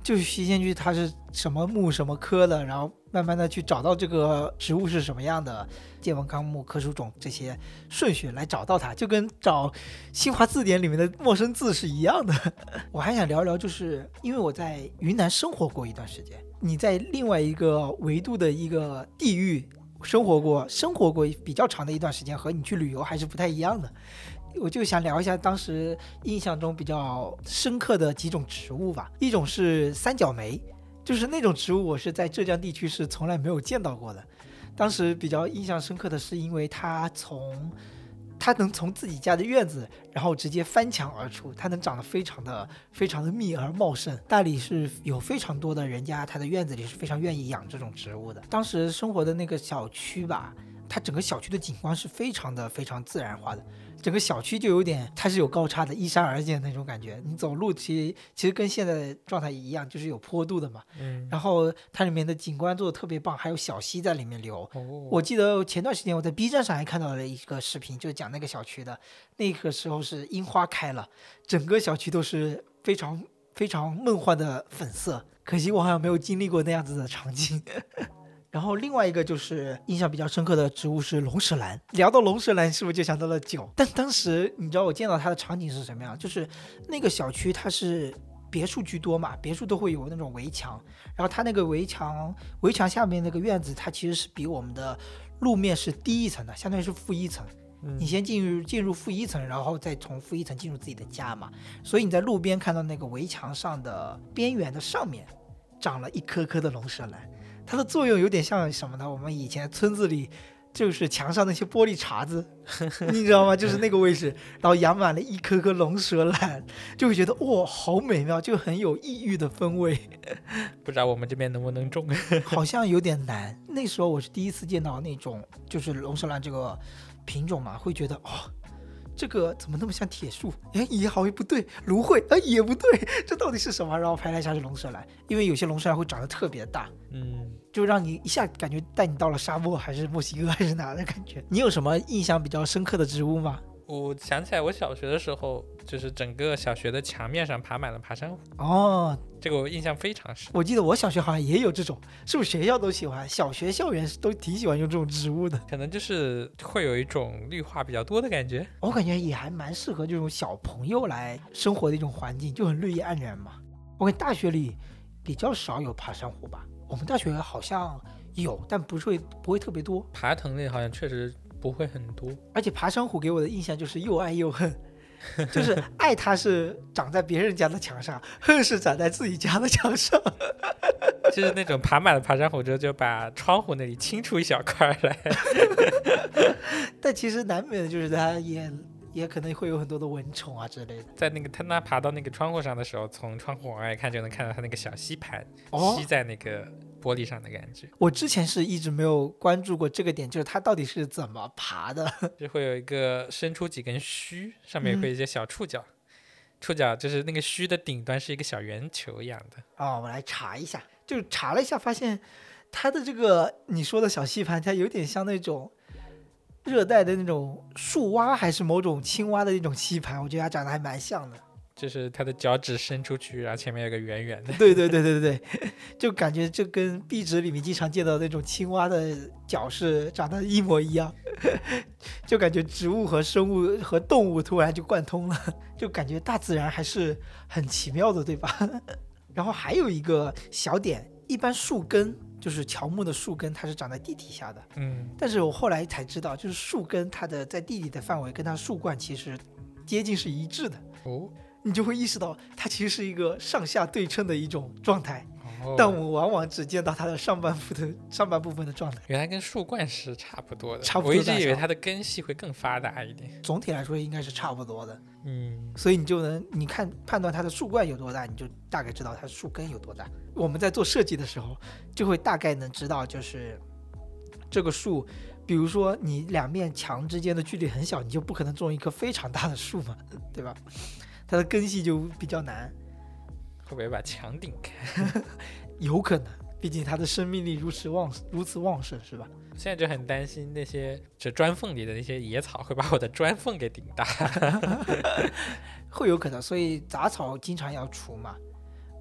就是吸线锯它是什么木什么科的，然后慢慢的去找到这个植物是什么样的，界纹纲目科属种这些顺序来找到它，就跟找新华字典里面的陌生字是一样的。我还想聊聊，就是因为我在云南生活过一段时间，你在另外一个维度的一个地域生活过，生活过比较长的一段时间，和你去旅游还是不太一样的。我就想聊一下当时印象中比较深刻的几种植物吧。一种是三角梅，就是那种植物我是在浙江地区是从来没有见到过的。当时比较印象深刻的是因为它从它能从自己家的院子然后直接翻墙而出，它能长得非常的非常的密而茂盛。大理是有非常多的人家他的院子里是非常愿意养这种植物的。当时生活的那个小区吧，它整个小区的景观是非常的非常自然化的，整个小区就有点它是有高差的，依山而建那种感觉。你走路其实其实跟现在的状态一样，就是有坡度的嘛。 嗯， 然后它里面的景观做的特别棒，还有小溪在里面流。 哦， 我记得前段时间我在 B 站上还看到了一个视频，就是讲那个小区的，那个时候是樱花开了，整个小区都是非常非常梦幻的粉色。可惜我好像没有经历过那样子的场景。然后另外一个就是印象比较深刻的植物是龙舌兰。聊到龙舌兰是不是就想到了酒？但当时你知道我见到它的场景是什么样？就是那个小区它是别墅居多嘛，别墅都会有那种围墙，然后它那个围墙围墙下面那个院子，它其实是比我们的路面是低一层的，相当于是负一层。你先进入进入负一层，然后再从负一层进入自己的家嘛。所以你在路边看到那个围墙上的边缘的上面长了一颗颗的龙舌兰。它的作用有点像什么呢？我们以前村子里就是墙上那些玻璃碴子，你知道吗？就是那个位置，然后养满了一颗颗龙舌兰，就会觉得哇，好美妙，就很有异域的氛围。 不知道我们这边能不能种？ 好像有点难。那时候我是第一次见到那种就是龙舌兰这个品种嘛，会觉得哦，这个怎么那么像铁树？哎，也好像不对，芦荟哎也不对，这到底是什么？然后拍了一下是龙舌兰，因为有些龙舌兰会长得特别大， 嗯， 就让你一下感觉带你到了沙漠，还是墨西哥，还是哪的感觉。你有什么印象比较深刻的植物吗？ 我想起来，我小学的时候，就是整个小学的墙面上爬满了爬山虎。 哦， 这个我印象非常深。 我记得我小学好像也有这种，是不是学校都喜欢？小学校园都挺喜欢用这种植物的， 可能就是会有一种绿化比较多的感觉。 我感觉也还蛮适合这种小朋友来生活的一种环境，就很绿意盎然嘛。我感觉大学里比较少有爬山虎吧，我们大学好像有，但不会不会特别多。 爬藤类好像确实不会很多， 而且爬山虎给我的印象就是又爱又恨。就是爱它是长在别人家的墙上，恨是长在自己家的墙上。 就是那种爬满了爬山虎之后，就把窗户那里清出一小块来。 但其实难免的就是它也也可能会有很多的蚊虫啊之类的。 在那个它那爬到那个窗户上的时候，从窗户往外看就能看到它那个小吸盘、 哦、 吸在那个玻璃上的感觉。 我之前是一直没有关注过这个点，就是它到底是怎么爬的。 就会有一个伸出几根须，上面会有一些小触角、嗯、触角就是那个须的顶端是一个小圆球一样的。 哦，我来查一下，就查了一下发现它的这个你说的小吸盘，它有点像那种热带的那种树蛙还是某种青蛙的那种吸盘，我觉得它长得还蛮像的。 就是它的脚趾伸出去，然后前面有个圆圆的。 对对对对对，就感觉就跟壁纸里面经常见到那种青蛙的脚是长得一模一样，就感觉植物和生物和动物突然就贯通了，就感觉大自然还是很奇妙的，对吧？然后还有一个小点，一般树根就是乔木的树根，它是长在地底下的。 嗯， 但是我后来才知道，就是树根它的在地底的范围跟它树冠其实接近是一致的。 哦。 你就会意识到它其实是一个上下对称的一种状态， 哦、 但我往往只见到它的上半部的上半部分的状态。 原来跟树冠是差不多的， 差不多。 我一直以为它的根系会更发达一点。 总体来说应该是差不多的， 嗯， 所以你就能你看判断它的树冠有多大，你就大概知道它的树根有多大。我们在做设计的时候，就会大概能知道，就是这个树。比如说你两面墙之间的距离很小，你就不可能种一棵非常大的树嘛，对吧？它的根系就比较难。 会不会把墙顶开？ 有可能，毕竟它的生命力如此旺如此旺盛，是吧？ 现在就很担心那些这砖缝里的那些野草会把我的砖缝给顶大。 会有可能，所以杂草经常要除嘛。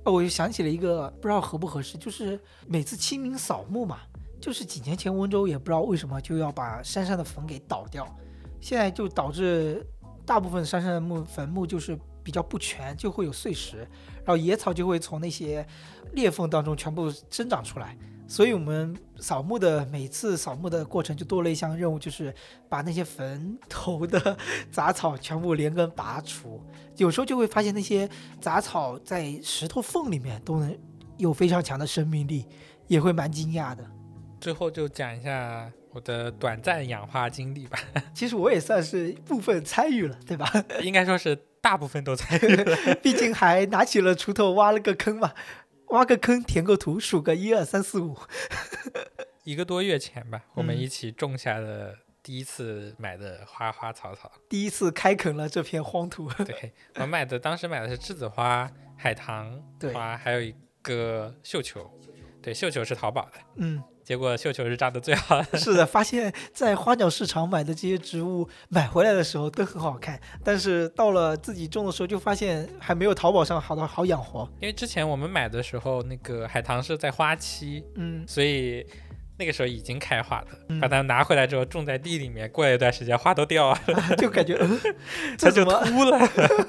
哦，我就想起了一个，不知道合不合适，就是每次清明扫墓嘛，就是几年前温州也不知道为什么就要把山上的坟给倒掉，现在就导致大部分山上的墓坟墓就是比较不全，就会有碎石，然后野草就会从那些裂缝当中全部生长出来。所以我们扫墓的每次扫墓的过程就多了一项任务，就是把那些坟头的杂草全部连根拔除。有时候就会发现那些杂草在石头缝里面都能有非常强的生命力，也会蛮惊讶的。 最后就讲一下我的短暂氧化经历吧。 其实我也算是部分参与了，对吧？ 应该说是大部分都参与了， 毕竟还拿起了锄头挖了个坑嘛。挖个坑，填个土，数个一二三四五。 一个多月前吧，我们一起种下的第一次买的花花草草， 第一次开垦了这片荒土。 对，我买的当时买的是栀子花、海棠花，还有一个绣球。对，绣球是淘宝的， 嗯， 结果绣球是长得最好的。 是的，发现在花鸟市场买的这些植物买回来的时候都很好看，但是到了自己种的时候就发现还没有淘宝上好的好养活。 因为之前我们买的时候，那个海棠是在花期， 嗯， 所以那个时候已经开花的， 嗯、 把它拿回来之后种在地里面，过了一段时间花都掉了， 啊、就感觉嗯， 它就秃了。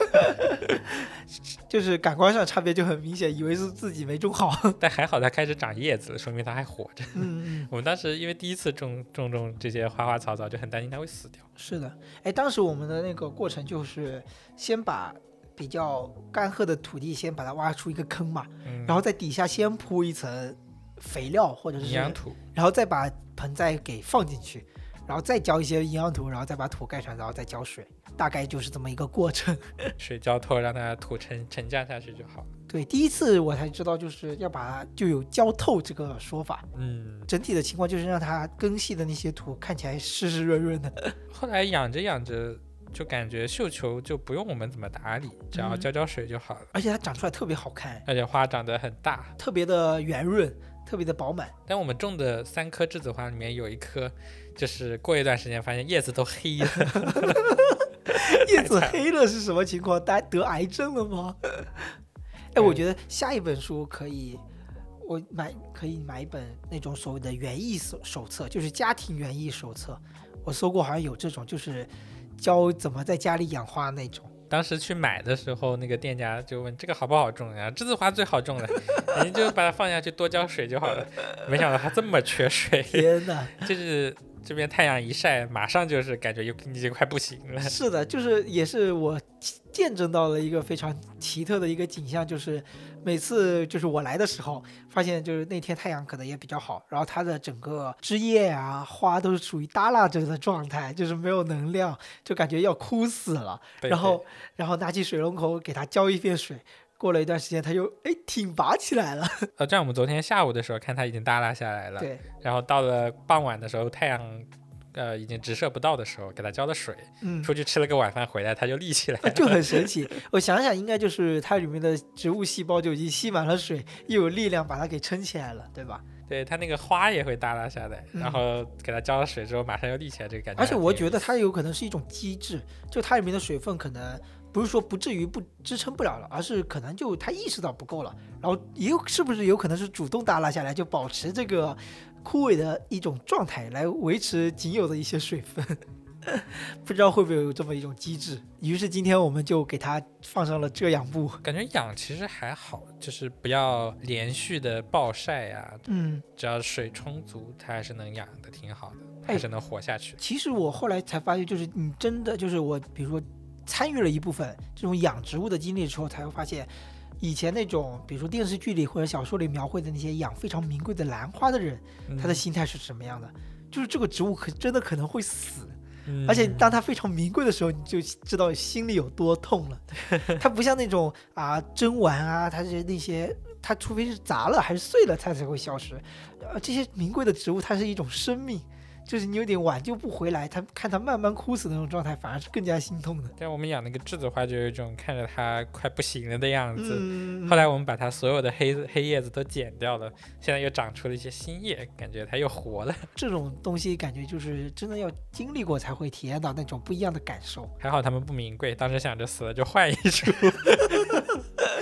就是感官上差别就很明显，以为是自己没种好， 但还好它开始长叶子了，说明它还活着。 嗯嗯， 我们当时因为第一次种种种这些花花草草，就很担心它会死掉。 是的，哎，当时我们的那个过程就是先把比较干涸的土地先把它挖出一个坑嘛， 嗯、 然后在底下先铺一层肥料或者是营养土， 然后再把盆栽给放进去，然后再浇一些营养土，然后再把土盖上，然后再浇水，大概就是这么一个过程。 水浇透，让它土沉沉降下去就好。 对，第一次我才知道就是要把它就有浇透这个说法。 嗯， 整体的情况就是让它根系的那些土看起来湿湿润润的。 后来养着养着就感觉绣球就不用我们怎么打理，只要浇浇水就好了、嗯、 而且它长出来特别好看， 而且花长得很大， 特别的圆润，特别的饱满。 但我们种的三棵栀子花里面有一棵就是过一段时间发现叶子都黑了。 叶子黑了是什么情况？大家得癌症了吗？哎，我觉得下一本书可以，我买可以买一本那种所谓的园艺手手册，就是家庭园艺手册。我搜过，好像有这种，就是教怎么在家里养花那种。 当时去买的时候，那个店家就问这个好不好种呀？栀子花最好种了，你就把它放下去多浇水就好了。没想到它这么缺水， 天哪！ 就是这边太阳一晒，马上就是感觉已经快不行了。 是的，就是也是我见证到了一个非常奇特的一个景象，就是每次就是我来的时候，发现就是那天太阳可能也比较好，然后它的整个枝叶啊、花都是属于耷拉着的状态，就是没有能量，就感觉要枯死了。 对对， 然后然后拿起水龙头给它浇一遍水。过了一段时间，它又哎挺拔起来了。 呃，这样我们昨天下午的时候看它已经耷拉下来了。 对。 然后到了傍晚的时候，太阳呃已经直射不到的时候，给它浇了水， 嗯， 出去吃了个晚饭回来，它就立起来了， 就很神奇。我想想，应该就是它里面的植物细胞就已经吸满了水，又有力量把它给撑起来了，对吧？ 对，它那个花也会耷拉下来， 嗯、 然后给它浇了水之后，马上又立起来，这个感觉。 而且我觉得它有可能是一种机制，就它里面的水分可能。不是说不至于不支撑不了了，而是可能就他意识到不够了，然后也有是不是有可能是主动耷拉下来，就保持这个枯萎的一种状态，来维持仅有的一些水分。不知道会不会有这么一种机制。于是今天我们就给它放上了遮阳布。 感觉养其实还好，就是不要连续的暴晒呀、啊， 嗯， 只要水充足，它还是能养的挺好的，还是能活下去、哎。 其实我后来才发现，就是你真的就是我，比如说。参与了一部分这种养植物的经历之后，才会发现，以前那种比如说电视剧里或者小说里描绘的那些养非常名贵的兰花的人， 嗯、 他的心态是什么样的？就是这个植物可真的可能会死， 嗯、 而且当它非常名贵的时候，你就知道心里有多痛了。它不像那种啊珍玩啊，它是那些它除非是砸了还是碎了，它才会消失。呃，这些名贵的植物，它是一种生命。就是你有点挽救不回来，它看它慢慢枯死的那种状态，反而是更加心痛的。 但我们养那个栀子花就有一种看着它快不行了的样子、 嗯、 后来我们把它所有的黑黑叶子都剪掉了，现在又长出了一些新叶，感觉它又活了。 这种东西感觉就是真的要经历过才会体验到那种不一样的感受。 还好它们不名贵，当时想着死了就换一株。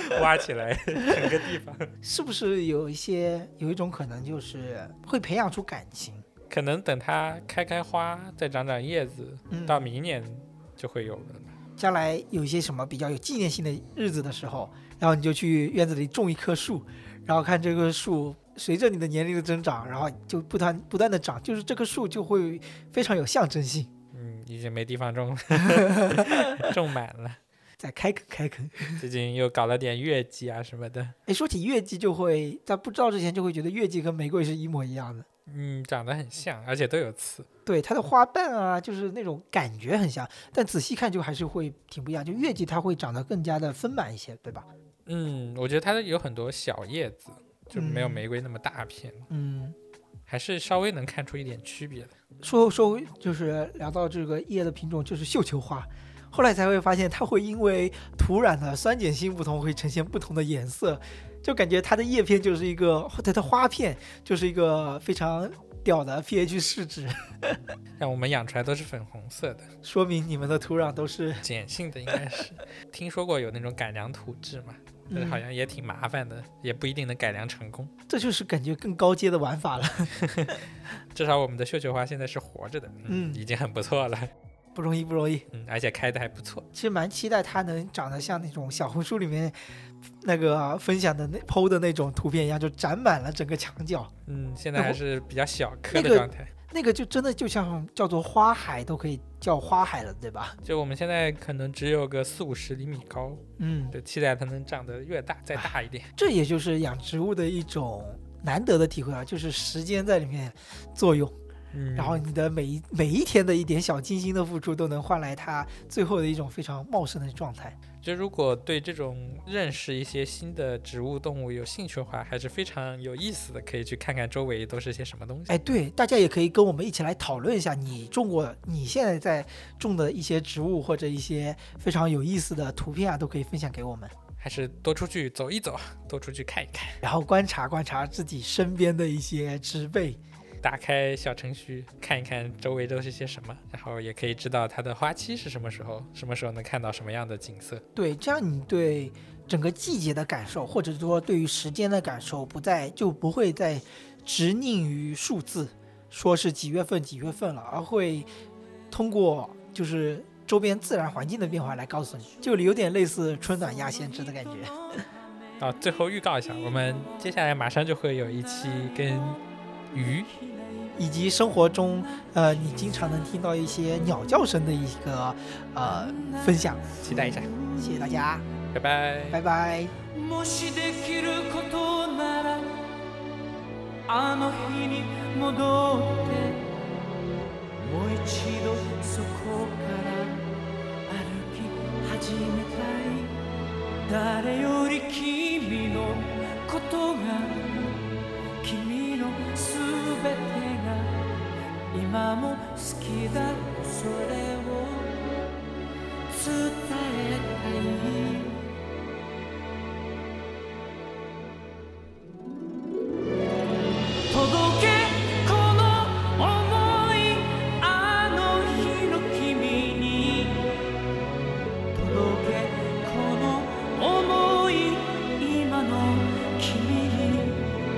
挖起来整个地方。 是不是有一些有一种可能就是会培养出感情？ 可能等它开开花，再长长叶子， 嗯到明年就会有了。 将来有一些什么比较有纪念性的日子的时候，然后你就去院子里种一棵树，然后看这棵树随着你的年龄的增长，然后就不断不断的长，就是这棵树就会非常有象征性。 嗯，已经没地方种了，种满了。 再开垦开垦。 最近又搞了点月季啊什么的。 哎，说起月季，就会在不知道之前就会觉得月季跟玫瑰是一模一样的。 嗯，长得很像，而且都有刺。 对，它的花瓣啊，就是那种感觉很像，但仔细看就还是会挺不一样。就月季它会长得更加的丰满一些，对吧？ 嗯，我觉得它有很多小叶子，就没有玫瑰那么大片。 嗯， 还是稍微能看出一点区别的。 说说就是聊到这个叶的品种，就是绣球花。后来才会发现，它会因为土壤的酸碱性不同，会呈现不同的颜色，就感觉它的叶片就是一个，它的花片就是一个非常屌的 pH 试纸。 像我们养出来都是粉红色的， 说明你们的土壤都是碱性的，应该是。听说过有那种改良土质嘛，但是好像也挺麻烦的，嗯、也不一定能改良成功。 这就是感觉更高阶的玩法了。 至少我们的绣球花现在是活着的，嗯，嗯已经很不错了。 不容易，不容易， 嗯，而且开的还不错。 其实蛮期待它能长得像那种小红书里面那个分享的那 P O 的那种图片一样，就长满了整个墙角。 嗯，现在还是比较小颗的状态。 那个、那个就真的就像叫做花海，都可以叫花海了，对吧？ 就我们现在可能只有个四五十厘米高， 嗯， 就期待它能长得越大再大一点。 这也就是养植物的一种难得的体会啊，就是时间在里面作用。 嗯、 然后你的每一每一天的一点小精心的付出，都能换来它最后的一种非常茂盛的状态。 就如果对这种认识一些新的植物动物有兴趣的话，还是非常有意思的，可以去看看周围都是些什么东西。 哎，对，大家也可以跟我们一起来讨论一下，你种过你现在在种的一些植物，或者一些非常有意思的图片啊，都可以分享给我们。 还是多出去走一走，多出去看一看， 然后观察观察自己身边的一些植被。 打开小程序看一看周围都是些什么，然后也可以知道它的花期是什么时候，什么时候能看到什么样的景色。 对，这样你对整个季节的感受，或者说对于时间的感受，不再就不会再执拗于数字，说是几月份几月份了，而会通过就是周边自然环境的变化来告诉你，就有点类似春暖鸭先知的感觉。 啊，最后预告一下，我们接下来马上就会有一期跟鱼以及生活中呃你经常能听到一些鸟叫声的一个呃分享， 期待一下。 谢谢大家， 拜拜拜拜。 もしできることならあの日に戻ってもう一度そこから歩き始めたい。誰より君のことが君のすべてが今も好きだ、それを伝えたい。届けこの想いあの日の君に、届けこの想い今の君に、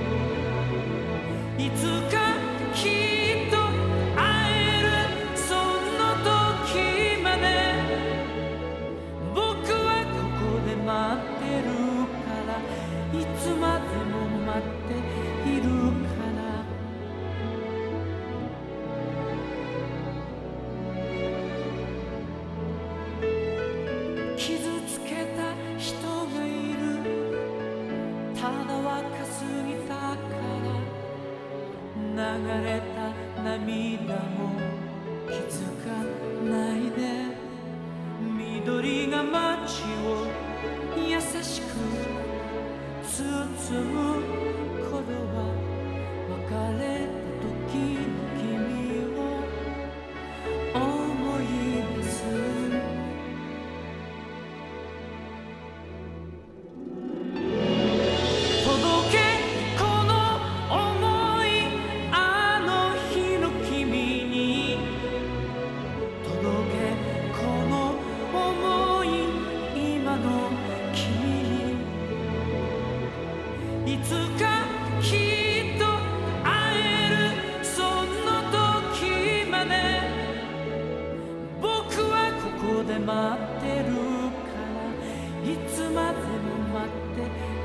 いつかきっと会えるその時まで僕はここで待ってるから、いつまでも待っているから。傷つけた人がいる、ただ若すぎたから流れた涙も気づかないで、緑が街を優しく包む頃は別れた時の君を思い出す。届けこの想いあの日の君に、届けこの想い今の君に、 つかきっと会えるその時まで僕はここで待ってるからいつまでも待って